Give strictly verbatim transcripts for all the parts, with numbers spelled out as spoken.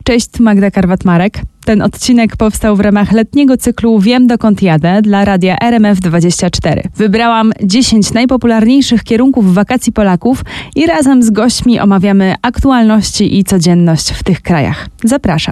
Cześć, Magda Karwat-Marek. Ten odcinek powstał w ramach letniego cyklu Wiem, dokąd jadę dla radia R M F dwadzieścia cztery. Wybrałam dziesięć najpopularniejszych kierunków wakacji Polaków i razem z gośćmi omawiamy aktualności i codzienność w tych krajach. Zapraszam.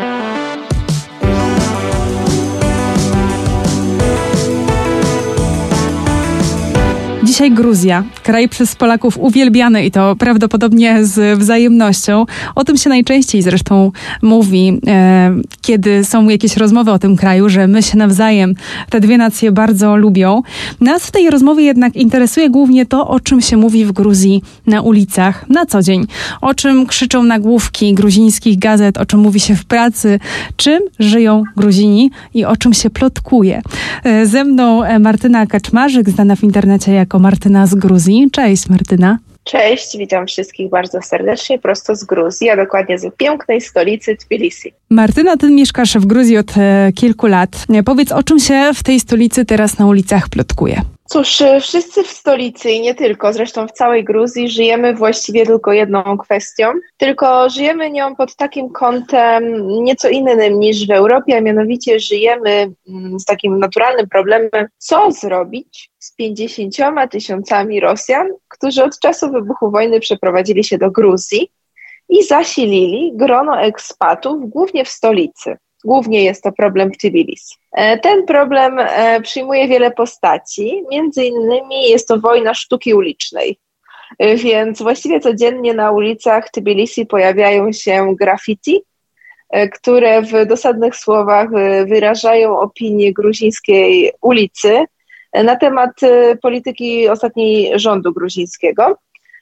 Dzisiaj Gruzja, kraj przez Polaków uwielbiany i to prawdopodobnie z wzajemnością. O tym się najczęściej zresztą mówi, e, kiedy są jakieś rozmowy o tym kraju, że my się nawzajem, te dwie nacje bardzo lubią. Nas w tej rozmowie jednak interesuje głównie to, o czym się mówi w Gruzji na ulicach na co dzień. O czym krzyczą nagłówki gruzińskich gazet, o czym mówi się w pracy, czym żyją Gruzini i o czym się plotkuje. E, ze mną Martyna Kaczmarzyk, znana w internecie jako Martyna z Gruzji. Cześć, Martyna. Cześć, witam wszystkich bardzo serdecznie, prosto z Gruzji, a dokładnie z pięknej stolicy Tbilisi. Martyna, ty mieszkasz w Gruzji od e, kilku lat. Powiedz, o czym się w tej stolicy teraz na ulicach plotkuje? Cóż, wszyscy w stolicy i nie tylko, zresztą w całej Gruzji żyjemy właściwie tylko jedną kwestią, tylko żyjemy nią pod takim kątem nieco innym niż w Europie, a mianowicie żyjemy z takim naturalnym problemem, co zrobić z pięćdziesięcioma tysiącami Rosjan, którzy od czasu wybuchu wojny przeprowadzili się do Gruzji i zasilili grono ekspatów, głównie w stolicy. Głównie jest to problem w Tbilisi. Ten problem przyjmuje wiele postaci, między innymi jest to wojna sztuki ulicznej, więc właściwie codziennie na ulicach Tbilisi pojawiają się graffiti, które w dosadnych słowach wyrażają opinię gruzińskiej ulicy na temat polityki ostatniej rządu gruzińskiego.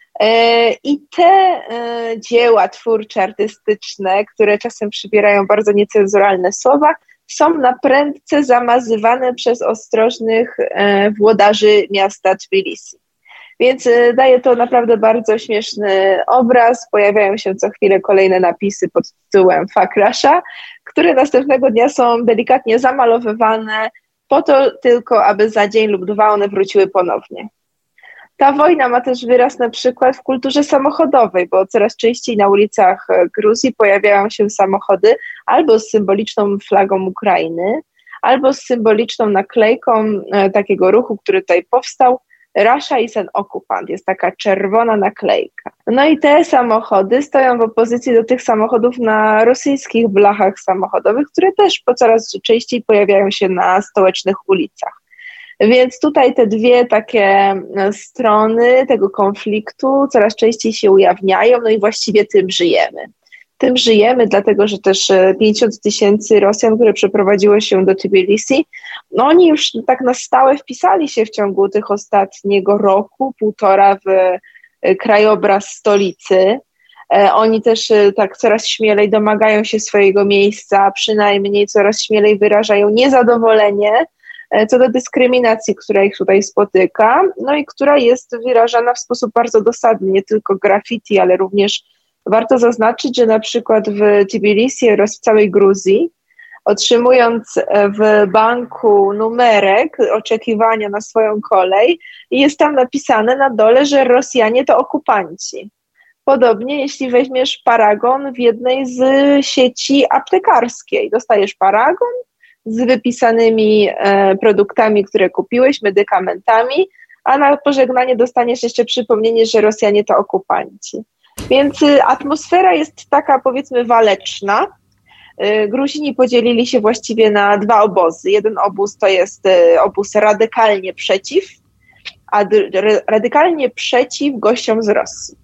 I te dzieła twórcze, artystyczne, które czasem przybierają bardzo niecenzuralne słowa, są na prędce zamazywane przez ostrożnych włodarzy miasta Tbilisi. Więc daje to naprawdę bardzo śmieszny obraz. Pojawiają się co chwilę kolejne napisy pod tytułem Fuck Russia, które następnego dnia są delikatnie zamalowywane po to tylko, aby za dzień lub dwa one wróciły ponownie. Ta wojna ma też wyraz na przykład w kulturze samochodowej, bo coraz częściej na ulicach Gruzji pojawiają się samochody albo z symboliczną flagą Ukrainy, albo z symboliczną naklejką e, takiego ruchu, który tutaj powstał, Russia is an occupant, jest taka czerwona naklejka. No i te samochody stoją w opozycji do tych samochodów na rosyjskich blachach samochodowych, które też po coraz częściej pojawiają się na stołecznych ulicach. Więc tutaj te dwie takie strony tego konfliktu coraz częściej się ujawniają, no i właściwie tym żyjemy. Tym żyjemy, dlatego że też pięćdziesiąt tysięcy Rosjan, które przeprowadziło się do Tbilisi, no oni już tak na stałe wpisali się w ciągu tych ostatniego roku, półtora w krajobraz stolicy. Oni też tak coraz śmielej domagają się swojego miejsca, przynajmniej coraz śmielej wyrażają niezadowolenie co do dyskryminacji, która ich tutaj spotyka, no i która jest wyrażana w sposób bardzo dosadny, nie tylko graffiti, ale również warto zaznaczyć, że na przykład w Tbilisi oraz w całej Gruzji, otrzymując w banku numerek oczekiwania na swoją kolej, jest tam napisane na dole, że Rosjanie to okupanci. Podobnie jeśli weźmiesz paragon w jednej z sieci aptekarskiej, dostajesz paragon z wypisanymi e, produktami, które kupiłeś, medykamentami, a na pożegnanie dostaniesz jeszcze przypomnienie, że Rosjanie to okupanci. Więc y, atmosfera jest taka, powiedzmy, waleczna. Y, Gruzini podzielili się właściwie na dwa obozy. Jeden obóz to jest y, obóz radykalnie przeciw, a d- radykalnie przeciw gościom z Rosji.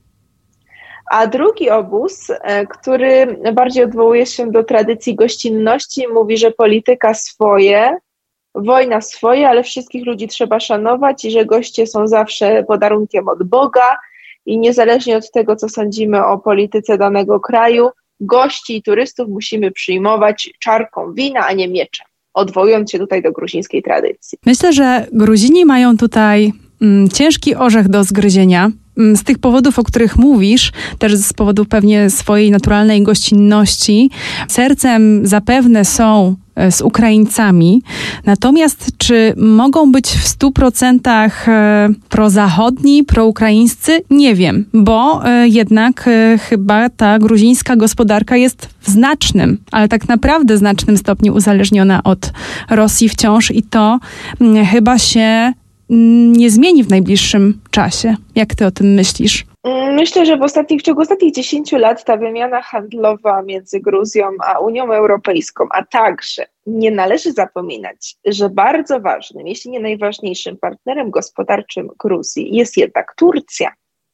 A drugi obóz, który bardziej odwołuje się do tradycji gościnności, mówi, że polityka swoje, wojna swoje, ale wszystkich ludzi trzeba szanować i że goście są zawsze podarunkiem od Boga i niezależnie od tego, co sądzimy o polityce danego kraju, gości i turystów musimy przyjmować czarką wina, a nie mieczem, odwołując się tutaj do gruzińskiej tradycji. Myślę, że Gruzini mają tutaj mm, ciężki orzech do zgryzienia. z tych powodów, o których mówisz, też z powodu pewnie swojej naturalnej gościnności, sercem zapewne są z Ukraińcami. Natomiast czy mogą być w stu procentach prozachodni, proukraińscy? Nie wiem, bo jednak chyba ta gruzińska gospodarka jest w znacznym, ale tak naprawdę znacznym stopniu uzależniona od Rosji wciąż i to chyba się nie zmieni w najbliższym czasie. Jak ty o tym myślisz? Myślę, że w ostatnich, w ciągu ostatnich dziesięciu lat ta wymiana handlowa między Gruzją a Unią Europejską, a także nie należy zapominać, że bardzo ważnym, jeśli nie najważniejszym partnerem gospodarczym Gruzji jest jednak Turcja.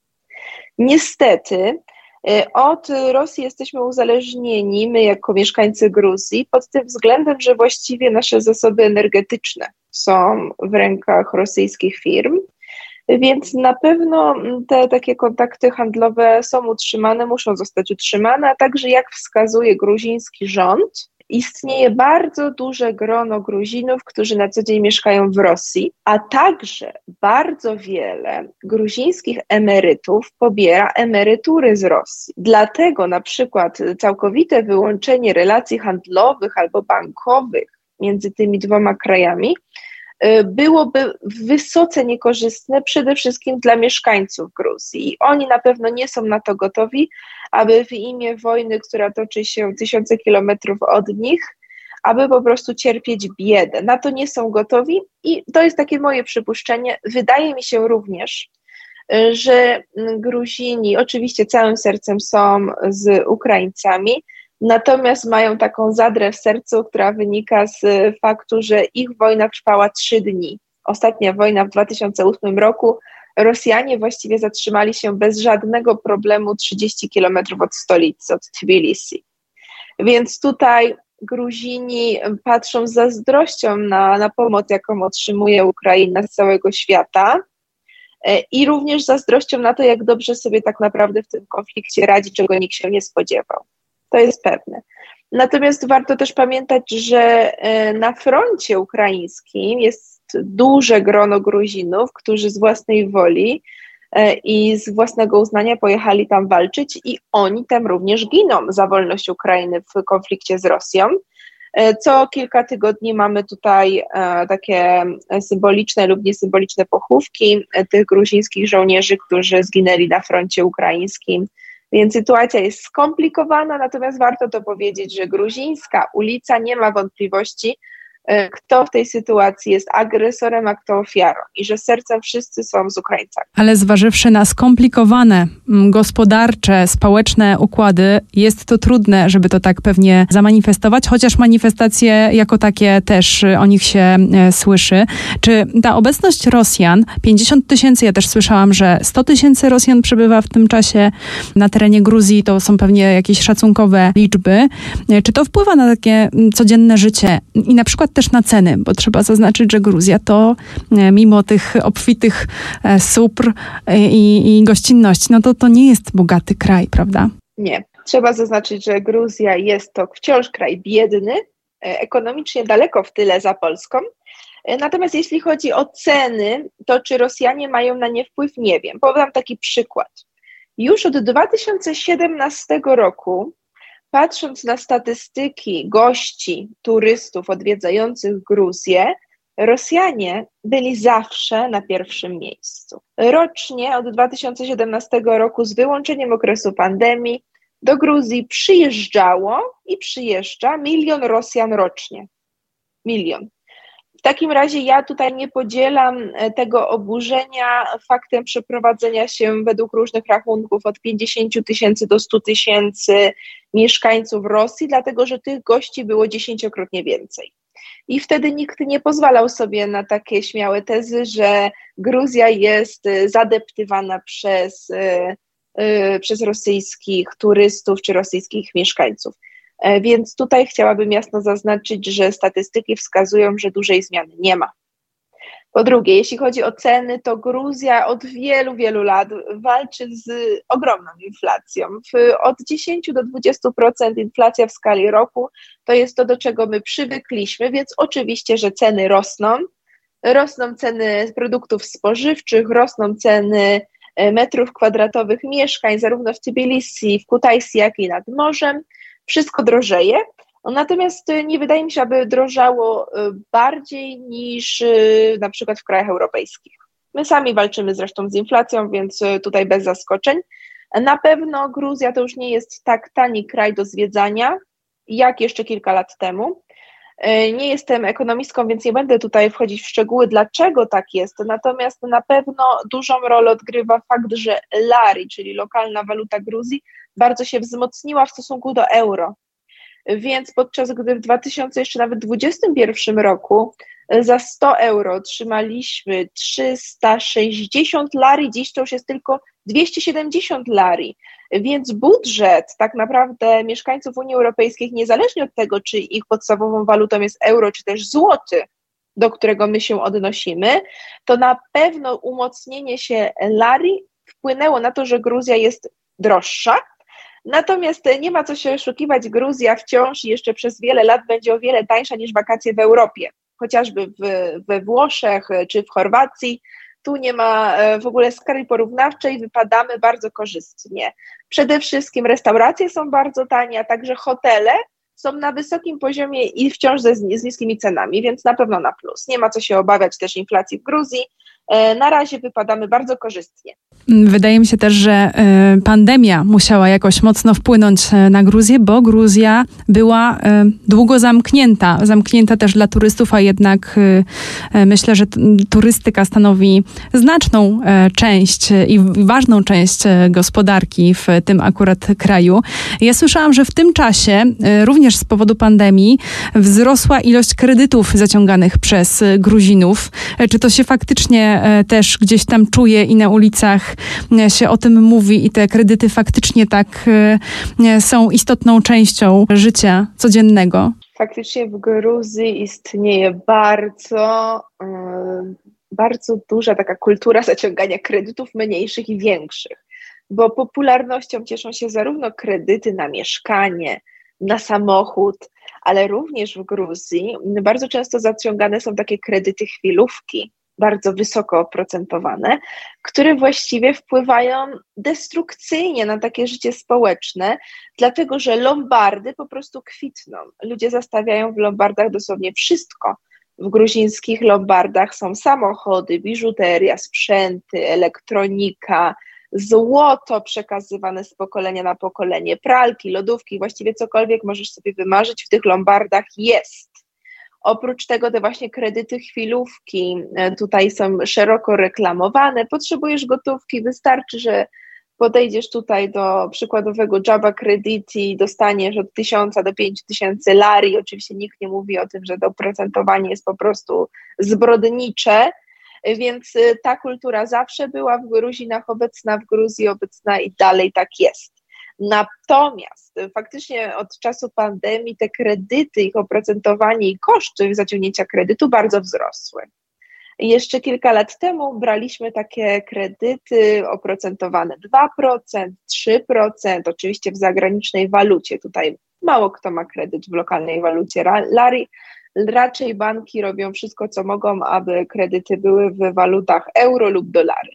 Niestety od Rosji jesteśmy uzależnieni, my jako mieszkańcy Gruzji, pod tym względem, że właściwie nasze zasoby energetyczne są w rękach rosyjskich firm, więc na pewno te takie kontakty handlowe są utrzymane, muszą zostać utrzymane, a także jak wskazuje gruziński rząd, istnieje bardzo duże grono Gruzinów, którzy na co dzień mieszkają w Rosji, a także bardzo wiele gruzińskich emerytów pobiera emerytury z Rosji. Dlatego na przykład całkowite wyłączenie relacji handlowych albo bankowych między tymi dwoma krajami byłoby wysoce niekorzystne przede wszystkim dla mieszkańców Gruzji. I oni na pewno nie są na to gotowi, aby w imię wojny, która toczy się tysiące kilometrów od nich, aby po prostu cierpieć biedę. Na to nie są gotowi i to jest takie moje przypuszczenie. Wydaje mi się również, że Gruzini oczywiście całym sercem są z Ukraińcami, natomiast mają taką zadrę w sercu, która wynika z faktu, że ich wojna trwała trzy dni. Ostatnia wojna w dwa tysiące ósmym roku. Rosjanie właściwie zatrzymali się bez żadnego problemu trzydzieści kilometrów od stolicy, od Tbilisi. Więc tutaj Gruzini patrzą z zazdrością na, na pomoc, jaką otrzymuje Ukraina z całego świata i również zazdrością na to, jak dobrze sobie tak naprawdę w tym konflikcie radzi, czego nikt się nie spodziewał. To jest pewne. Natomiast warto też pamiętać, że na froncie ukraińskim jest duże grono Gruzinów, którzy z własnej woli i z własnego uznania pojechali tam walczyć i oni tam również giną za wolność Ukrainy w konflikcie z Rosją. Co kilka tygodni mamy tutaj takie symboliczne lub niesymboliczne pochówki tych gruzińskich żołnierzy, którzy zginęli na froncie ukraińskim. Więc sytuacja jest skomplikowana, natomiast warto to powiedzieć, że gruzińska ulica nie ma wątpliwości, kto w tej sytuacji jest agresorem, a kto ofiarą i że sercem wszyscy są z Ukraińcami. Ale zważywszy na skomplikowane gospodarcze, społeczne układy, jest to trudne, żeby to tak pewnie zamanifestować, chociaż manifestacje jako takie też o nich się e, słyszy. Czy ta obecność Rosjan, pięćdziesiąt tysięcy, ja też słyszałam, że sto tysięcy Rosjan przebywa w tym czasie na terenie Gruzji, to są pewnie jakieś szacunkowe liczby. E, czy to wpływa na takie codzienne życie i na przykład też na ceny, bo trzeba zaznaczyć, że Gruzja to mimo tych obfitych supr i, i gościnności, no to to nie jest bogaty kraj, prawda? Nie. Trzeba zaznaczyć, że Gruzja jest to wciąż kraj biedny, ekonomicznie daleko w tyle za Polską. Natomiast jeśli chodzi o ceny, to czy Rosjanie mają na nie wpływ? Nie wiem. Powiem taki przykład. Już od dwa tysiące siedemnastego roku, patrząc na statystyki gości, turystów odwiedzających Gruzję, Rosjanie byli zawsze na pierwszym miejscu. Rocznie od dwa tysiące siedemnastego roku, z wyłączeniem okresu pandemii, do Gruzji przyjeżdżało i przyjeżdża milion Rosjan rocznie. Milion. W takim razie ja tutaj nie podzielam tego oburzenia faktem przeprowadzenia się według różnych rachunków od pięćdziesięciu tysięcy do stu tysięcy mieszkańców Rosji, dlatego że tych gości było dziesięciokrotnie więcej. I wtedy nikt nie pozwalał sobie na takie śmiałe tezy, że Gruzja jest zadeptywana przez, yy, przez rosyjskich turystów czy rosyjskich mieszkańców. Więc tutaj chciałabym jasno zaznaczyć, że statystyki wskazują, że dużej zmiany nie ma. Po drugie, jeśli chodzi o ceny, to Gruzja od wielu, wielu lat walczy z ogromną inflacją. W, od dziesięciu do dwudziestu procent inflacja w skali roku to jest to, do czego my przywykliśmy, więc oczywiście, że ceny rosną. Rosną ceny produktów spożywczych, rosną ceny metrów kwadratowych mieszkań, zarówno w Tbilisi, w Kutajsi, jak i nad morzem. Wszystko drożeje. Natomiast nie wydaje mi się, aby drożało bardziej niż na przykład w krajach europejskich. My sami walczymy zresztą z inflacją, więc tutaj bez zaskoczeń. Na pewno Gruzja to już nie jest tak tani kraj do zwiedzania, jak jeszcze kilka lat temu. Nie jestem ekonomistką, więc nie będę tutaj wchodzić w szczegóły, dlaczego tak jest. Natomiast na pewno dużą rolę odgrywa fakt, że lari, czyli lokalna waluta Gruzji, bardzo się wzmocniła w stosunku do euro. Więc podczas gdy w dwa tysiące dwudziestym pierwszym roku za sto euro otrzymaliśmy trzysta sześćdziesiąt lari, dziś to już jest tylko dwieście siedemdziesiąt lari, więc budżet tak naprawdę mieszkańców Unii Europejskiej, niezależnie od tego, czy ich podstawową walutą jest euro, czy też złoty, do którego my się odnosimy, to na pewno umocnienie się lari wpłynęło na to, że Gruzja jest droższa. Natomiast nie ma co się oszukiwać, Gruzja wciąż jeszcze przez wiele lat będzie o wiele tańsza niż wakacje w Europie, chociażby w, we Włoszech czy w Chorwacji. Tu nie ma w ogóle skali porównawczej, wypadamy bardzo korzystnie. Przede wszystkim restauracje są bardzo tanie, a także hotele są na wysokim poziomie i wciąż ze, z niskimi cenami, więc na pewno na plus. Nie ma co się obawiać też inflacji w Gruzji. Na razie wypadamy bardzo korzystnie. Wydaje mi się też, że pandemia musiała jakoś mocno wpłynąć na Gruzję, bo Gruzja była długo zamknięta. Zamknięta też dla turystów, a jednak myślę, że turystyka stanowi znaczną część i ważną część gospodarki w tym akurat kraju. Ja słyszałam, że w tym czasie, również z powodu pandemii, wzrosła ilość kredytów zaciąganych przez Gruzinów. Czy to się faktycznie też gdzieś tam czuje i na ulicach się o tym mówi i te kredyty faktycznie tak są istotną częścią życia codziennego? Faktycznie w Gruzji istnieje bardzo, bardzo duża taka kultura zaciągania kredytów mniejszych i większych, bo popularnością cieszą się zarówno kredyty na mieszkanie, na samochód, ale również w Gruzji bardzo często zaciągane są takie kredyty chwilówki, bardzo wysoko oprocentowane, które właściwie wpływają destrukcyjnie na takie życie społeczne, dlatego że lombardy po prostu kwitną. Ludzie zastawiają w lombardach dosłownie wszystko. W gruzińskich lombardach są samochody, biżuteria, sprzęty, elektronika, złoto przekazywane z pokolenia na pokolenie, pralki, lodówki, właściwie cokolwiek możesz sobie wymarzyć w tych lombardach jest. Oprócz tego te właśnie kredyty chwilówki tutaj są szeroko reklamowane. Potrzebujesz gotówki, wystarczy, że podejdziesz tutaj do przykładowego Jabba Credit i dostaniesz od tysiąca do pięciu tysięcy lari. Oczywiście nikt nie mówi o tym, że to oprocentowanie jest po prostu zbrodnicze, więc ta kultura zawsze była w Gruzinach obecna, w Gruzji obecna i dalej tak jest. Natomiast faktycznie od czasu pandemii te kredyty, ich oprocentowanie i koszty zaciągnięcia kredytu bardzo wzrosły. Jeszcze kilka lat temu braliśmy takie kredyty oprocentowane dwa procent, trzy procent, oczywiście w zagranicznej walucie. Tutaj mało kto ma kredyt w lokalnej walucie lari. Raczej banki robią wszystko, co mogą, aby kredyty były w walutach euro lub dolary.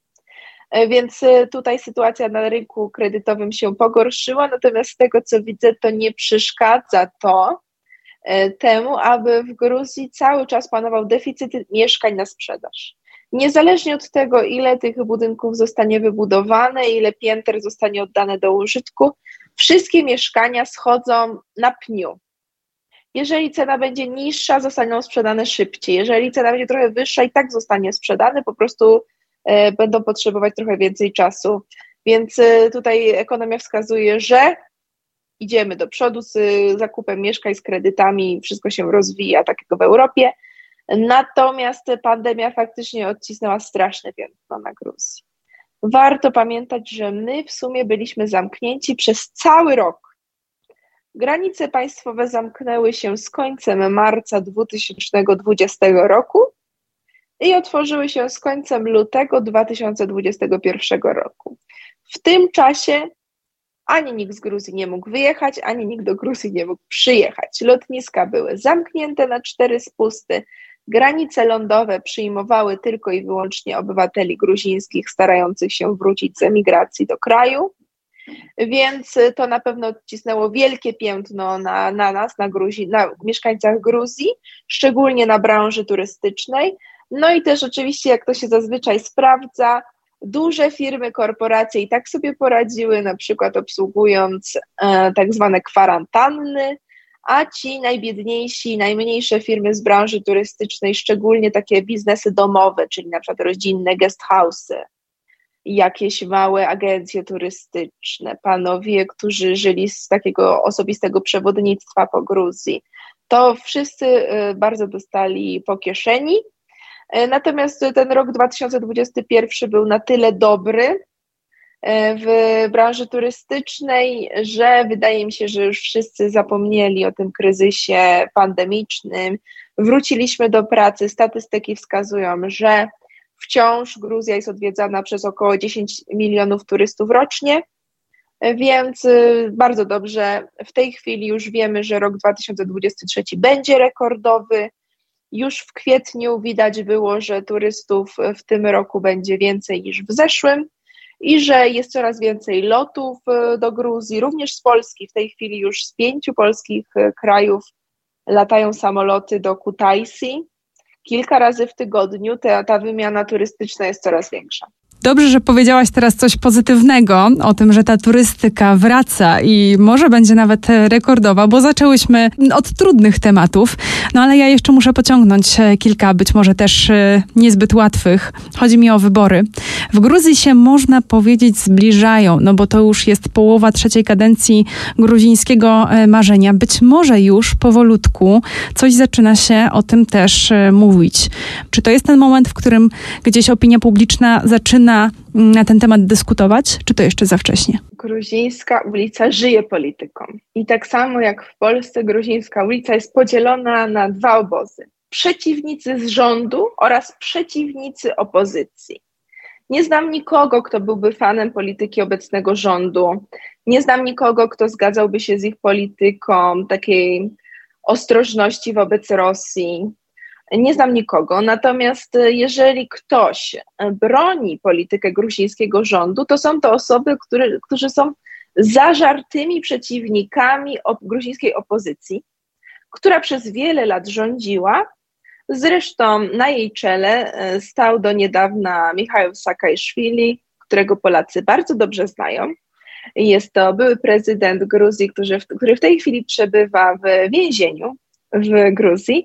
Więc tutaj sytuacja na rynku kredytowym się pogorszyła, natomiast z tego, co widzę, to nie przeszkadza to temu, aby w Gruzji cały czas panował deficyt mieszkań na sprzedaż. Niezależnie od tego, ile tych budynków zostanie wybudowane, ile pięter zostanie oddane do użytku, wszystkie mieszkania schodzą na pniu. Jeżeli cena będzie niższa, zostaną sprzedane szybciej. Jeżeli cena będzie trochę wyższa, i tak zostanie sprzedane, po prostu e, będą potrzebować trochę więcej czasu. Więc e, tutaj ekonomia wskazuje, że idziemy do przodu z e, zakupem mieszkań, z kredytami, wszystko się rozwija, tak jak w Europie. Natomiast pandemia faktycznie odcisnęła straszne piętno na Gruzji. Warto pamiętać, że my w sumie byliśmy zamknięci przez cały rok. Granice państwowe zamknęły się z końcem marca dwa tysiące dwudziestego roku i otworzyły się z końcem lutego dwa tysiące dwudziestego pierwszego roku. W tym czasie ani nikt z Gruzji nie mógł wyjechać, ani nikt do Gruzji nie mógł przyjechać. Lotniska były zamknięte na cztery spusty, Granice lądowe przyjmowały tylko i wyłącznie obywateli gruzińskich starających się wrócić z emigracji do kraju, więc to na pewno odcisnęło wielkie piętno na, na nas, na, Gruzi, na mieszkańcach Gruzji, szczególnie na branży turystycznej. No i też oczywiście, jak to się zazwyczaj sprawdza, duże firmy, korporacje i tak sobie poradziły, na przykład obsługując e, tak zwane kwarantanny, a ci najbiedniejsi, najmniejsze firmy z branży turystycznej, szczególnie takie biznesy domowe, czyli na przykład rodzinne guest house'y, jakieś małe agencje turystyczne, panowie, którzy żyli z takiego osobistego przewodnictwa po Gruzji, to wszyscy bardzo dostali po kieszeni. Natomiast ten rok dwa tysiące dwudziesty pierwszy był na tyle dobry w branży turystycznej, że wydaje mi się, że już wszyscy zapomnieli o tym kryzysie pandemicznym. Wróciliśmy do pracy, statystyki wskazują, że wciąż Gruzja jest odwiedzana przez około dziesięć milionów turystów rocznie, więc bardzo dobrze. W tej chwili już wiemy, że rok dwa tysiące dwudziesty trzeci będzie rekordowy. Już w kwietniu widać było, że turystów w tym roku będzie więcej niż w zeszłym i że jest coraz więcej lotów do Gruzji, również z Polski. W tej chwili już z pięciu polskich krajów latają samoloty do Kutaisi. Kilka razy w tygodniu ta, ta wymiana turystyczna jest coraz większa. Dobrze, że powiedziałaś teraz coś pozytywnego o tym, że ta turystyka wraca i może będzie nawet rekordowa, bo zaczęłyśmy od trudnych tematów, no ale ja jeszcze muszę pociągnąć kilka, być może też niezbyt łatwych. Chodzi mi o wybory. W Gruzji się, można powiedzieć, zbliżają, no bo to już jest połowa trzeciej kadencji gruzińskiego marzenia. Być może już powolutku coś zaczyna się o tym też mówić. Czy to jest ten moment, w którym gdzieś opinia publiczna zaczyna na ten temat dyskutować, czy to jeszcze za wcześnie? Gruzińska ulica żyje polityką. I tak samo jak w Polsce, gruzińska ulica jest podzielona na dwa obozy. Przeciwnicy z rządu oraz przeciwnicy opozycji. Nie znam nikogo, kto byłby fanem polityki obecnego rządu. Nie znam nikogo, kto zgadzałby się z ich polityką takiej ostrożności wobec Rosji. Nie znam nikogo, natomiast jeżeli ktoś broni politykę gruzińskiego rządu, to są to osoby, które, którzy są zażartymi przeciwnikami op- gruzińskiej opozycji, która przez wiele lat rządziła. Zresztą na jej czele stał do niedawna Michał Saakaszwili, którego Polacy bardzo dobrze znają. Jest to były prezydent Gruzji, który w, który w tej chwili przebywa w więzieniu w Gruzji.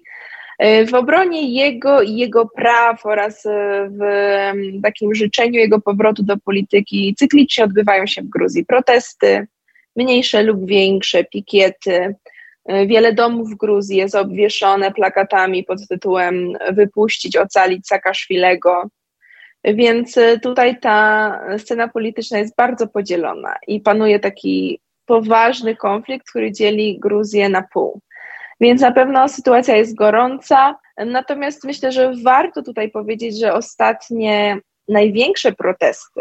W obronie jego i jego praw oraz w takim życzeniu jego powrotu do polityki cyklicznie odbywają się w Gruzji protesty, mniejsze lub większe, pikiety. Wiele domów w Gruzji jest obwieszone plakatami pod tytułem „Wypuścić, ocalić Saakaszwilego”. Więc tutaj ta scena polityczna jest bardzo podzielona i panuje taki poważny konflikt, który dzieli Gruzję na pół. Więc na pewno sytuacja jest gorąca, natomiast myślę, że warto tutaj powiedzieć, że ostatnie największe protesty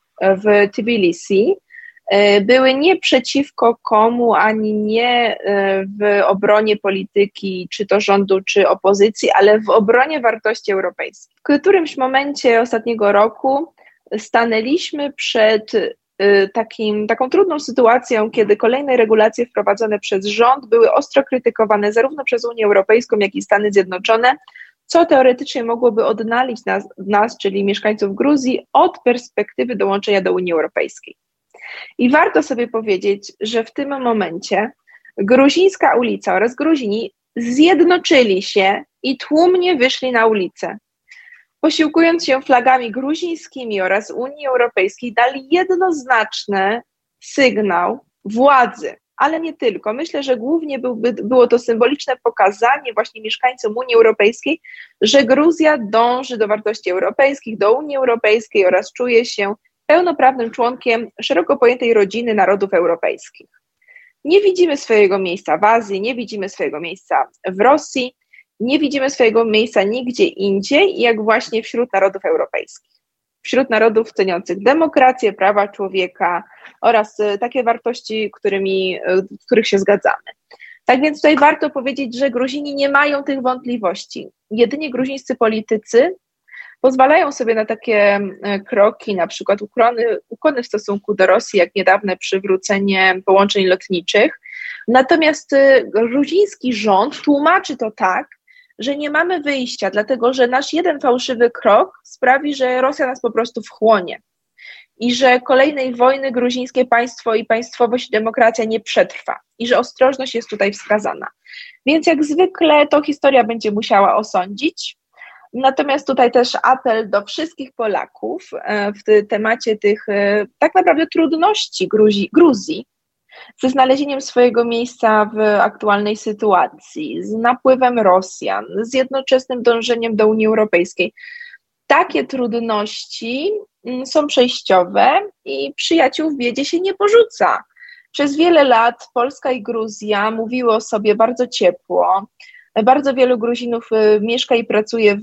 w Tbilisi były nie przeciwko komu, ani nie w obronie polityki, czy to rządu, czy opozycji, ale w obronie wartości europejskich. W którymś momencie ostatniego roku stanęliśmy przed Takim, taką trudną sytuacją, kiedy kolejne regulacje wprowadzone przez rząd były ostro krytykowane zarówno przez Unię Europejską, jak i Stany Zjednoczone, co teoretycznie mogłoby oddalić nas, nas, czyli mieszkańców Gruzji, od perspektywy dołączenia do Unii Europejskiej. I warto sobie powiedzieć, że w tym momencie gruzińska ulica oraz Gruzini zjednoczyli się i tłumnie wyszli na ulicę. Posiłkując się flagami gruzińskimi oraz Unii Europejskiej, dali jednoznaczny sygnał władzy, ale nie tylko. Myślę, że głównie byłby, było to symboliczne pokazanie właśnie mieszkańcom Unii Europejskiej, że Gruzja dąży do wartości europejskich, do Unii Europejskiej oraz czuje się pełnoprawnym członkiem szeroko pojętej rodziny narodów europejskich. Nie widzimy swojego miejsca w Azji, nie widzimy swojego miejsca w Rosji, nie widzimy swojego miejsca nigdzie indziej, jak właśnie wśród narodów europejskich. Wśród narodów ceniących demokrację, prawa człowieka oraz takie wartości, którymi, w których się zgadzamy. Tak więc tutaj warto powiedzieć, że Gruzini nie mają tych wątpliwości. Jedynie gruzińscy politycy pozwalają sobie na takie kroki, na przykład ukłony, ukłony w stosunku do Rosji, jak niedawne przywrócenie połączeń lotniczych. Natomiast gruziński rząd tłumaczy to tak, że nie mamy wyjścia, dlatego że nasz jeden fałszywy krok sprawi, że Rosja nas po prostu wchłonie i że kolejnej wojny gruzińskie państwo i państwowość i demokracja nie przetrwa i że ostrożność jest tutaj wskazana. Więc jak zwykle to historia będzie musiała osądzić. Natomiast tutaj też apel do wszystkich Polaków w temacie tych tak naprawdę trudności Gruzji, Gruzji ze znalezieniem swojego miejsca w aktualnej sytuacji, z napływem Rosjan, z jednoczesnym dążeniem do Unii Europejskiej. Takie trudności są przejściowe i przyjaciół w biedzie się nie porzuca. Przez wiele lat Polska i Gruzja mówiły o sobie bardzo ciepło. Bardzo wielu Gruzinów mieszka i pracuje w,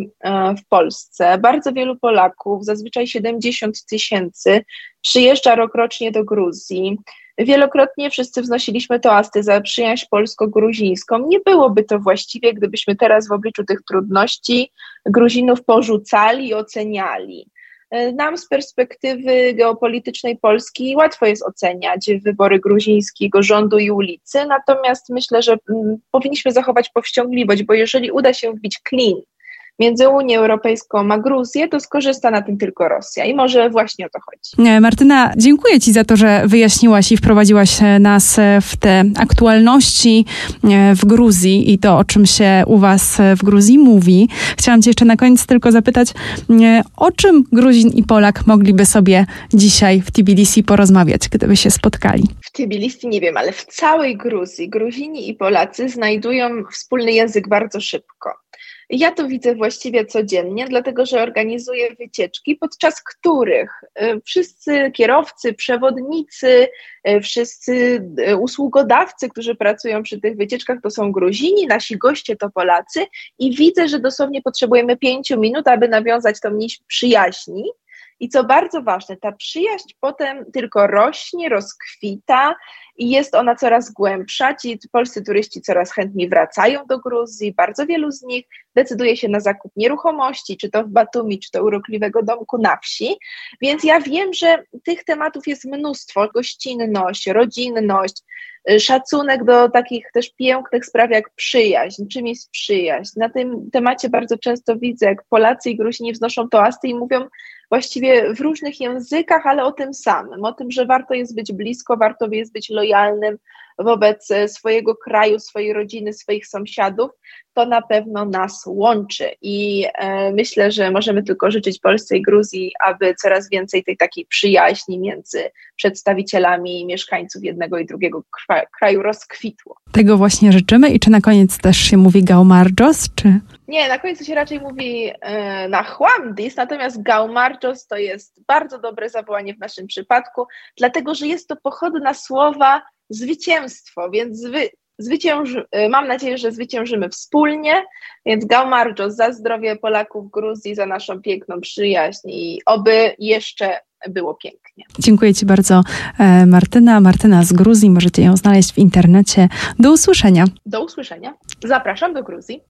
w Polsce. Bardzo wielu Polaków, zazwyczaj siedemdziesiąt tysięcy, przyjeżdża rokrocznie do Gruzji. Wielokrotnie wszyscy wznosiliśmy toasty za przyjaźń polsko-gruzińską. Nie byłoby to właściwie, gdybyśmy teraz w obliczu tych trudności Gruzinów porzucali i oceniali. Nam z perspektywy geopolitycznej Polski łatwo jest oceniać wybory gruzińskiego rządu i ulicy, natomiast myślę, że powinniśmy zachować powściągliwość, bo jeżeli uda się wbić klin między Unią Europejską a Gruzję, to skorzysta na tym tylko Rosja i może właśnie o to chodzi. Martyna, dziękuję Ci za to, że wyjaśniłaś i wprowadziłaś nas w te aktualności w Gruzji i to, o czym się u Was w Gruzji mówi. Chciałam Cię jeszcze na koniec tylko zapytać, o czym Gruzin i Polak mogliby sobie dzisiaj w Tbilisi porozmawiać, gdyby się spotkali? W Tbilisi nie wiem, ale w całej Gruzji Gruzini i Polacy znajdują wspólny język bardzo szybko. Ja to widzę właściwie codziennie, dlatego że organizuję wycieczki, podczas których wszyscy kierowcy, przewodnicy, wszyscy usługodawcy, którzy pracują przy tych wycieczkach, to są Gruzini, nasi goście to Polacy i widzę, że dosłownie potrzebujemy pięciu minut, aby nawiązać tą nić przyjaźni. I co bardzo ważne, ta przyjaźń potem tylko rośnie, rozkwita i jest ona coraz głębsza. Ci polscy turyści coraz chętniej wracają do Gruzji, bardzo wielu z nich decyduje się na zakup nieruchomości, czy to w Batumi, czy to urokliwego domku na wsi. Więc ja wiem, że tych tematów jest mnóstwo, gościnność, rodzinność, szacunek do takich też pięknych spraw jak przyjaźń, czym jest przyjaźń. Na tym temacie bardzo często widzę, jak Polacy i Gruzini wznoszą toasty i mówią właściwie w różnych językach, ale o tym samym, o tym, że warto jest być blisko, warto jest być lojalnym wobec swojego kraju, swojej rodziny, swoich sąsiadów. To na pewno nas łączy i e, myślę, że możemy tylko życzyć Polsce i Gruzji, aby coraz więcej tej takiej przyjaźni między przedstawicielami mieszkańców jednego i drugiego kraju rozkwitło. Tego właśnie życzymy i czy na koniec też się mówi Gaumarjos, czy... Nie, na końcu się raczej mówi e, na Chłamdis, natomiast Gaumarjos to jest bardzo dobre zawołanie w naszym przypadku, dlatego że jest to pochodna słowa zwycięstwo, więc zwy, zwycięży, mam nadzieję, że zwyciężymy wspólnie, więc Gaumarjos za zdrowie Polaków w Gruzji, za naszą piękną przyjaźń i oby jeszcze było pięknie. Dziękuję Ci bardzo, Martyna. Martyna z Gruzji, możecie ją znaleźć w internecie. Do usłyszenia. Do usłyszenia. Zapraszam do Gruzji.